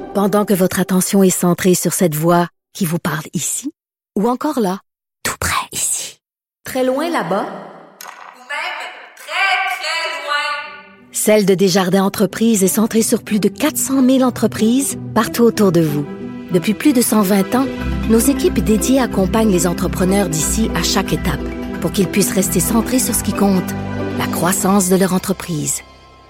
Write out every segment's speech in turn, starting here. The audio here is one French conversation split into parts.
Pendant que votre attention est centrée sur cette voix qui vous parle ici, ou encore là, tout près ici, très loin là-bas, ou même très, très loin. Celle de Desjardins Entreprises est centrée sur plus de 400 000 entreprises partout autour de vous. Depuis plus de 120 ans, nos équipes dédiées accompagnent les entrepreneurs d'ici à chaque étape pour qu'ils puissent rester centrés sur ce qui compte, la croissance de leur entreprise.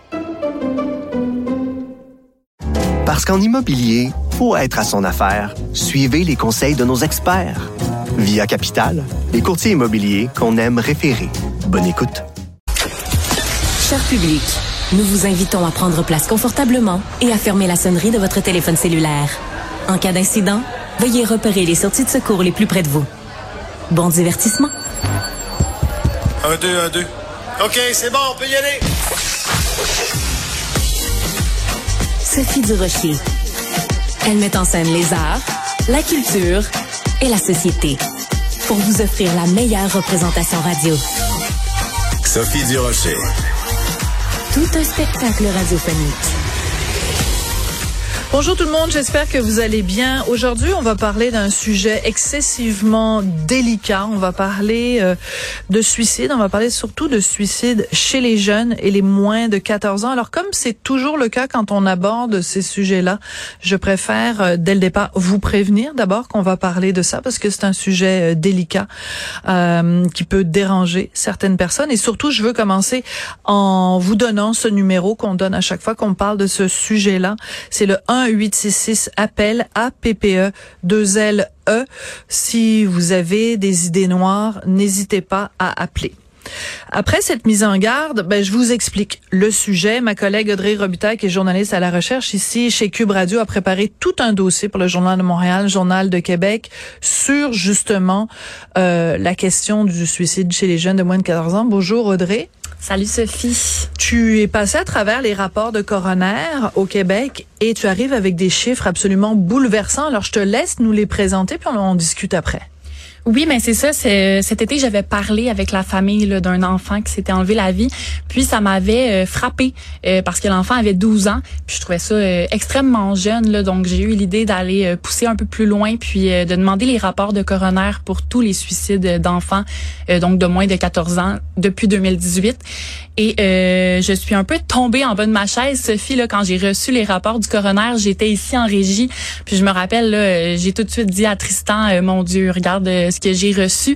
Parce qu'en immobilier, pour être à son affaire, suivez les conseils de nos experts. Via Capital, les courtiers immobiliers qu'on aime référer. Bonne écoute. Cher public, nous vous invitons à prendre place confortablement et à fermer la sonnerie de votre téléphone cellulaire. En cas d'incident, veuillez repérer les sorties de secours les plus près de vous. Bon divertissement. 1, 2, 1, 2. OK, c'est bon, on peut y aller. Sophie Durocher. Elle met en scène les arts, la culture et la société pour vous offrir la meilleure représentation radio. Sophie Durocher. Tout un spectacle radiophonique. Bonjour tout le monde, j'espère que vous allez bien. Aujourd'hui, on va parler d'un sujet excessivement délicat. On va parler de suicide. On va parler surtout de suicide chez les jeunes et les moins de 14 ans. Alors, comme c'est toujours le cas quand on aborde ces sujets-là, je préfère, dès le départ, vous prévenir d'abord qu'on va parler de ça parce que c'est un sujet délicat qui peut déranger certaines personnes. Et surtout, je veux commencer en vous donnant ce numéro qu'on donne à chaque fois qu'on parle de ce sujet-là. C'est le 1-866-APPEL, APPE, 2LE. Si vous avez des idées noires, n'hésitez pas à appeler. Après cette mise en garde, je vous explique le sujet. Ma collègue Audrey Robitaille, qui est journaliste à la recherche ici chez Cube Radio, a préparé tout un dossier pour le Journal de Montréal, le Journal de Québec, sur justement la question du suicide chez les jeunes de moins de 14 ans. Bonjour Audrey. Salut Sophie. Tu es passée à travers les rapports de coroner au Québec et tu arrives avec des chiffres absolument bouleversants. Alors je te laisse nous les présenter puis on discute après. Oui, mais c'est ça. Cet été, j'avais parlé avec la famille là, d'un enfant qui s'était enlevé la vie. Puis ça m'avait frappé parce que l'enfant avait 12 ans. Puis je trouvais ça extrêmement jeune. Là, donc j'ai eu l'idée d'aller pousser un peu plus loin puis de demander les rapports de coroner pour tous les suicides d'enfants donc de moins de 14 ans depuis 2018. Et je suis un peu tombée en bas de ma chaise, Sophie, là, quand j'ai reçu les rapports du coroner. J'étais ici en régie. Puis je me rappelle, là, j'ai tout de suite dit à Tristan, mon Dieu, regarde ce que j'ai reçu.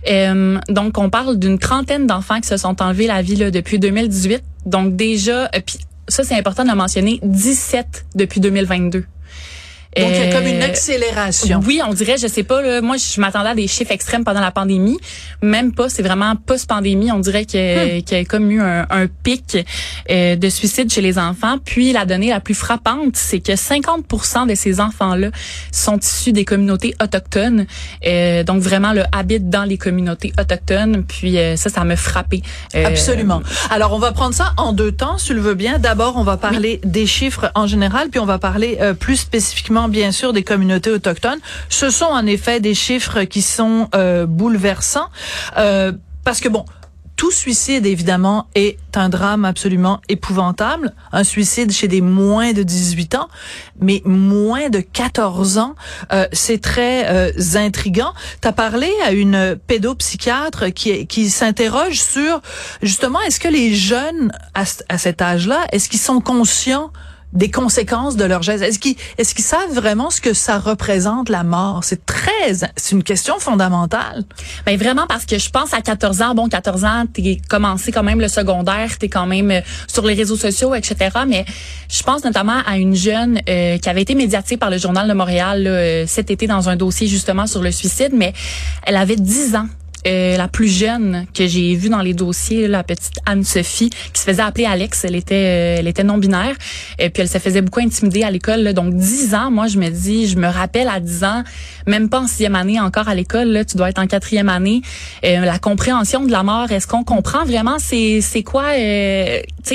Donc, on parle d'une trentaine d'enfants qui se sont enlevés la vie là, depuis 2018. Donc, déjà, puis ça, c'est important de le mentionner, 17 depuis 2022. Donc, il y a comme une accélération. Oui, on dirait, je sais pas, là, moi, je m'attendais à des chiffres extrêmes pendant la pandémie. Même pas, c'est vraiment post-pandémie. On dirait qu'il y a comme eu un pic de suicide chez les enfants. Puis, la donnée la plus frappante, c'est que 50% de ces enfants-là sont issus des communautés autochtones. Donc, vraiment, habitent dans les communautés autochtones. Puis, ça m'a frappé. Absolument. Alors, on va prendre ça en deux temps, si tu le veux bien. D'abord, on va parler des chiffres en général, puis on va parler plus spécifiquement bien sûr des communautés autochtones. Ce sont en effet des chiffres qui sont bouleversants parce que tout suicide évidemment est un drame absolument épouvantable, un suicide chez des moins de 18 ans, mais moins de 14 ans, c'est très intriguant. T'as parlé à une pédopsychiatre qui s'interroge sur justement est-ce que les jeunes à cet âge-là, est-ce qu'ils sont conscients des conséquences de leur geste? Est-ce qu'ils savent vraiment ce que ça représente, la mort? C'est une question fondamentale. Ben vraiment, parce que je pense à 14 ans. Bon, 14 ans, t'es commencé quand même le secondaire, t'es quand même sur les réseaux sociaux, etc. Mais je pense notamment à une jeune qui avait été médiatisée par le Journal de Montréal là, cet été dans un dossier justement sur le suicide, mais elle avait 10 ans. La plus jeune que j'ai vue dans les dossiers, la petite Anne-Sophie, qui se faisait appeler Alex, elle était non-binaire, puis elle se faisait beaucoup intimider à l'école. Là, donc 10 ans, moi je me rappelle à 10 ans, même pas en 6e année encore à l'école, là, tu dois être en 4e année. La compréhension de la mort, est-ce qu'on comprend vraiment c'est quoi, tu sais,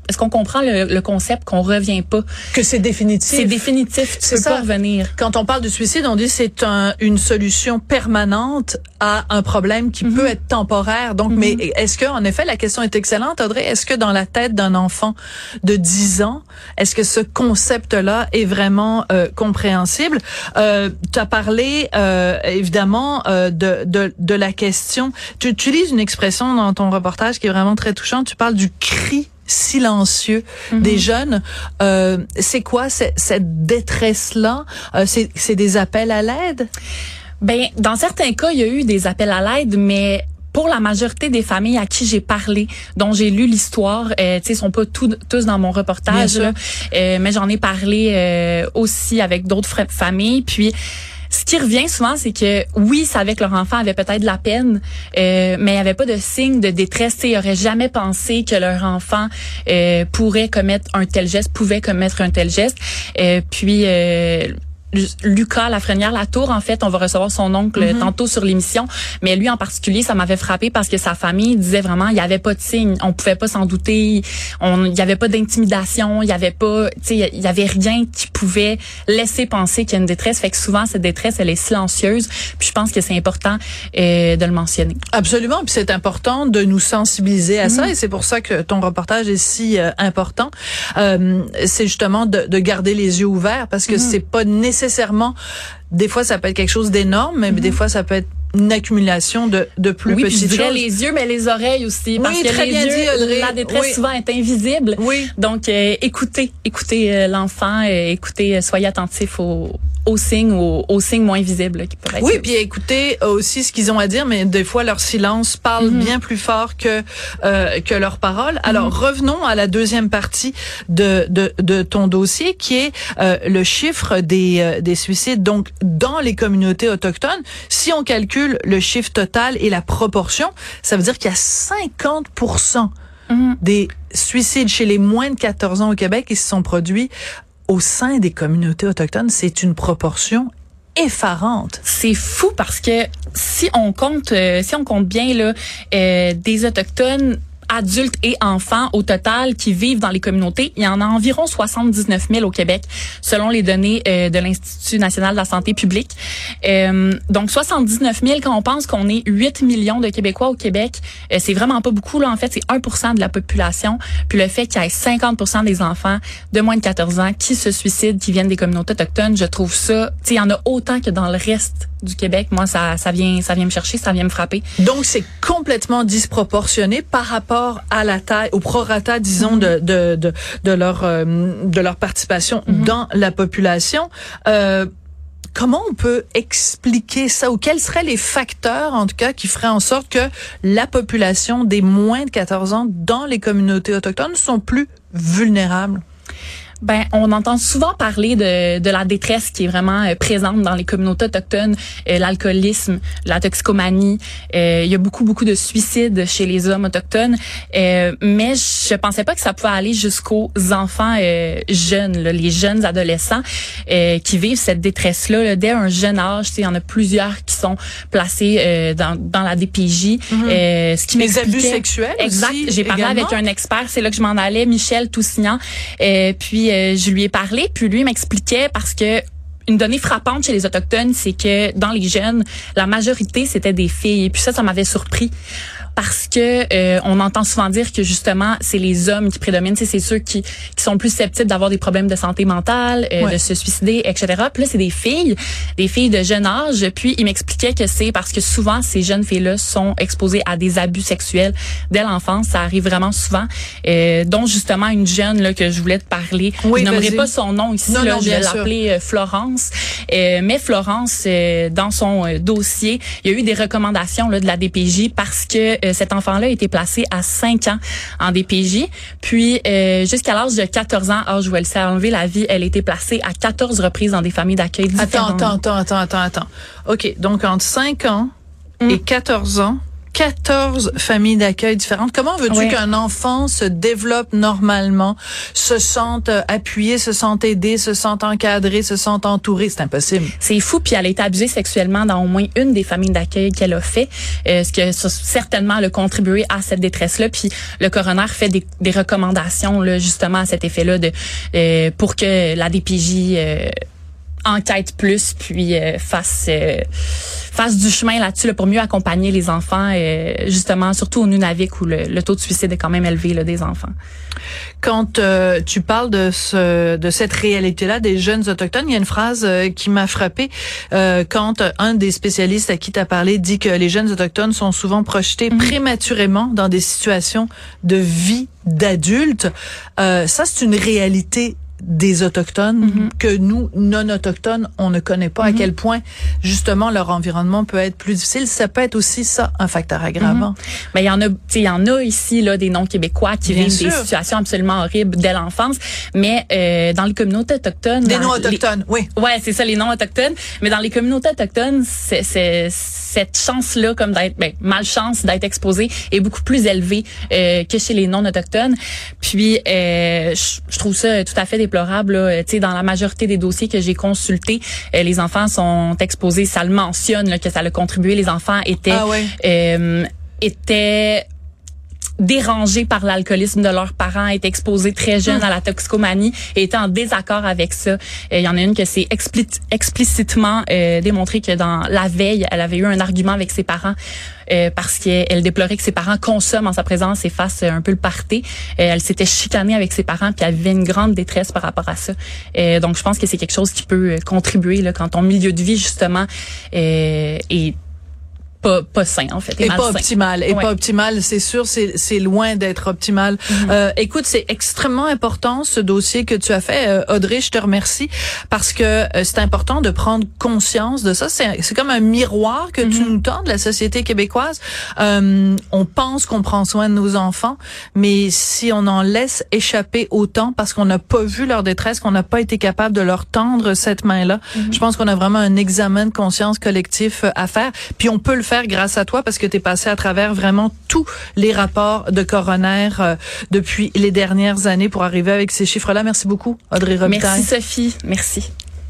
est-ce qu'on comprend le concept qu'on revient pas? Que c'est définitif. C'est définitif, tu peux pas revenir. Quand on parle de suicide, on dit c'est une solution permanente à un problème qui peut être temporaire. Donc, mais est-ce que, en effet, la question est excellente, Audrey, est-ce que dans la tête d'un enfant de 10 ans, est-ce que ce concept-là est vraiment compréhensible? Tu as parlé, évidemment, de la question. Tu utilises une expression dans ton reportage qui est vraiment très touchante. Tu parles du cri silencieux des jeunes. C'est quoi cette détresse-là? C'est des appels à l'aide? Ben, dans certains cas, il y a eu des appels à l'aide, mais pour la majorité des familles à qui j'ai parlé, dont j'ai lu l'histoire, tu sais, sont pas tous dans mon reportage, là, mais j'en ai parlé aussi avec d'autres familles. Puis, ce qui revient souvent, c'est que oui, ils savaient que leur enfant avait peut-être de la peine, mais il n'y avait pas de signe de détresse. Ils n'auraient jamais pensé que leur enfant pouvait commettre un tel geste. Puis Lucas Lafrenière-Latour, en fait, on va recevoir son oncle tantôt sur l'émission, mais lui en particulier, ça m'avait frappé parce que sa famille disait vraiment, il y avait pas de signe, on pouvait pas s'en douter, il y avait pas d'intimidation, il y avait pas, tu sais, il y avait rien qui pouvait laisser penser qu'il y a une détresse. Fait que souvent cette détresse, elle est silencieuse. Puis je pense que c'est important de le mentionner. Absolument, puis c'est important de nous sensibiliser à ça, et c'est pour ça que ton reportage est si important. C'est justement de garder les yeux ouverts, parce que c'est pas nécessairement, des fois ça peut être quelque chose d'énorme, mais des fois ça peut être une accumulation de plus petites choses. Oui, je dirais les yeux, mais les oreilles aussi, parce que les yeux, la détresse souvent est invisible. Oui. Donc écoutez l'enfant, soyez attentifs aux signes moins visibles qui peuvent être. Oui, puis écoutez aussi ce qu'ils ont à dire, mais des fois leur silence parle bien plus fort que leurs paroles. Alors revenons à la deuxième partie de ton dossier, qui est le chiffre des suicides. Donc dans les communautés autochtones, si on calcule le chiffre total et la proportion, ça veut dire qu'il y a 50% des suicides chez les moins de 14 ans au Québec qui se sont produits au sein des communautés autochtones. C'est une proportion effarante. C'est fou parce que si on compte bien là, des autochtones adultes et enfants au total qui vivent dans les communautés, il y en a environ 79 000 au Québec, selon les données de l'Institut national de la santé publique. Donc 79 000, quand on pense qu'on est 8 millions de Québécois au Québec, c'est vraiment pas beaucoup. Là, en fait, c'est 1% de la population. Puis le fait qu'il y ait 50% des enfants de moins de 14 ans qui se suicident, qui viennent des communautés autochtones, je trouve ça, tu sais, il y en a autant que dans le reste du Québec. Moi, ça vient me chercher, ça vient me frapper. Donc, c'est complètement disproportionné par rapport à la taille, au prorata, disons, de leur participation dans la population. Comment on peut expliquer ça, ou quels seraient les facteurs, en tout cas, qui feraient en sorte que la population des moins de 14 ans dans les communautés autochtones sont plus vulnérables? Ben, on entend souvent parler de la détresse qui est vraiment présente dans les communautés autochtones, l'alcoolisme, la toxicomanie. Il y a beaucoup de suicides chez les hommes autochtones, mais je pensais pas que ça pouvait aller jusqu'aux enfants jeunes, là, les jeunes adolescents qui vivent cette détresse-là dès un jeune âge. Il y en a plusieurs qui sont placés dans la DPJ. Ce qui les abus sexuels exact. Aussi, j'ai parlé également? avec un expert, c'est là que je m'en allais, Michel Toussignan. Puis je lui ai parlé, puis lui m'expliquait, parce que une donnée frappante chez les Autochtones, c'est que dans les jeunes, la majorité, c'était des filles. Et puis ça m'avait surpris. Parce que on entend souvent dire que justement c'est les hommes qui prédominent, c'est ceux qui sont plus susceptibles d'avoir des problèmes de santé mentale, de se suicider, etc. Puis là c'est des filles de jeune âge. Puis il m'expliquait que c'est parce que souvent ces jeunes filles-là sont exposées à des abus sexuels dès l'enfance. Ça arrive vraiment souvent. Dont justement une jeune là que je voulais te parler. Oui, je nommerai pas son nom ici. Non, je vais l'appeler Florence. Mais Florence, dans son dossier, il y a eu des recommandations là de la DPJ parce que cet enfant-là a été placé à 5 ans en DPJ. Puis, jusqu'à l'âge de 14 ans, âge où elle s'est enlevée la vie, elle a été placée à 14 reprises dans des familles d'accueil différentes. Attends. OK, donc entre 5 ans et 14 ans, 14 familles d'accueil différentes. Comment veux-tu qu'un enfant se développe normalement, se sente appuyé, se sente aidé, se sente encadré, se sente entouré? C'est impossible. C'est fou, puis elle a été abusée sexuellement dans au moins une des familles d'accueil qu'elle a fait, ce qui a certainement a contribué à cette détresse-là. Puis le coroner fait des recommandations là, justement à cet effet-là pour que la DPJ enquête plus, puis fasse du chemin là-dessus là, pour mieux accompagner les enfants, justement, surtout au Nunavik où le taux de suicide est quand même élevé là, des enfants. Quand tu parles de cette réalité-là des jeunes autochtones, il y a une phrase qui m'a frappée quand un des spécialistes à qui tu as parlé dit que les jeunes autochtones sont souvent projetés prématurément dans des situations de vie d'adultes. Ça, c'est une réalité des Autochtones que nous, non-autochtones, on ne connaît pas à quel point, justement, leur environnement peut être plus difficile. Ça peut être aussi ça, un facteur aggravant. Ben, il y en a ici, là, des non-Québécois qui vivent des situations absolument horribles dès l'enfance. Mais, dans les communautés autochtones. Des non-autochtones, oui. Ouais, c'est ça, les non-autochtones. Mais dans les communautés autochtones, c'est cette chance-là, comme malchance d'être exposé est beaucoup plus élevée, que chez les non-autochtones. Puis, je trouve ça tout à fait déplorable là. Dans la majorité des dossiers que j'ai consultés, les enfants sont exposés, ça le mentionne là, que ça a contribué, les enfants étaient dérangés par l'alcoolisme de leurs parents, étaient exposés très jeunes à la toxicomanie et étaient en désaccord avec ça. Il y en a une que c'est explicitement démontré que dans la veille, elle avait eu un argument avec ses parents parce qu'elle déplorait que ses parents consomment en sa présence et fassent un peu le party. Elle s'était chicanée avec ses parents puis elle vivait une grande détresse par rapport à ça. Donc je pense que c'est quelque chose qui peut contribuer là, quand ton milieu de vie justement est pas sain en fait, et pas optimal, pas optimal, c'est sûr, c'est loin d'être optimal. Écoute, c'est extrêmement important ce dossier que tu as fait, Audrey, je te remercie parce que c'est important de prendre conscience de ça. C'est comme un miroir que tu nous tends de la société québécoise. On pense qu'on prend soin de nos enfants, mais si on en laisse échapper autant parce qu'on n'a pas vu leur détresse, qu'on n'a pas été capable de leur tendre cette main-là, je pense qu'on a vraiment un examen de conscience collectif à faire. Puis on peut le faire grâce à toi parce que tu es passé à travers vraiment tous les rapports de coroner depuis les dernières années pour arriver avec ces chiffres-là. Merci beaucoup, Audrey Robitaille. Merci Sophie, merci.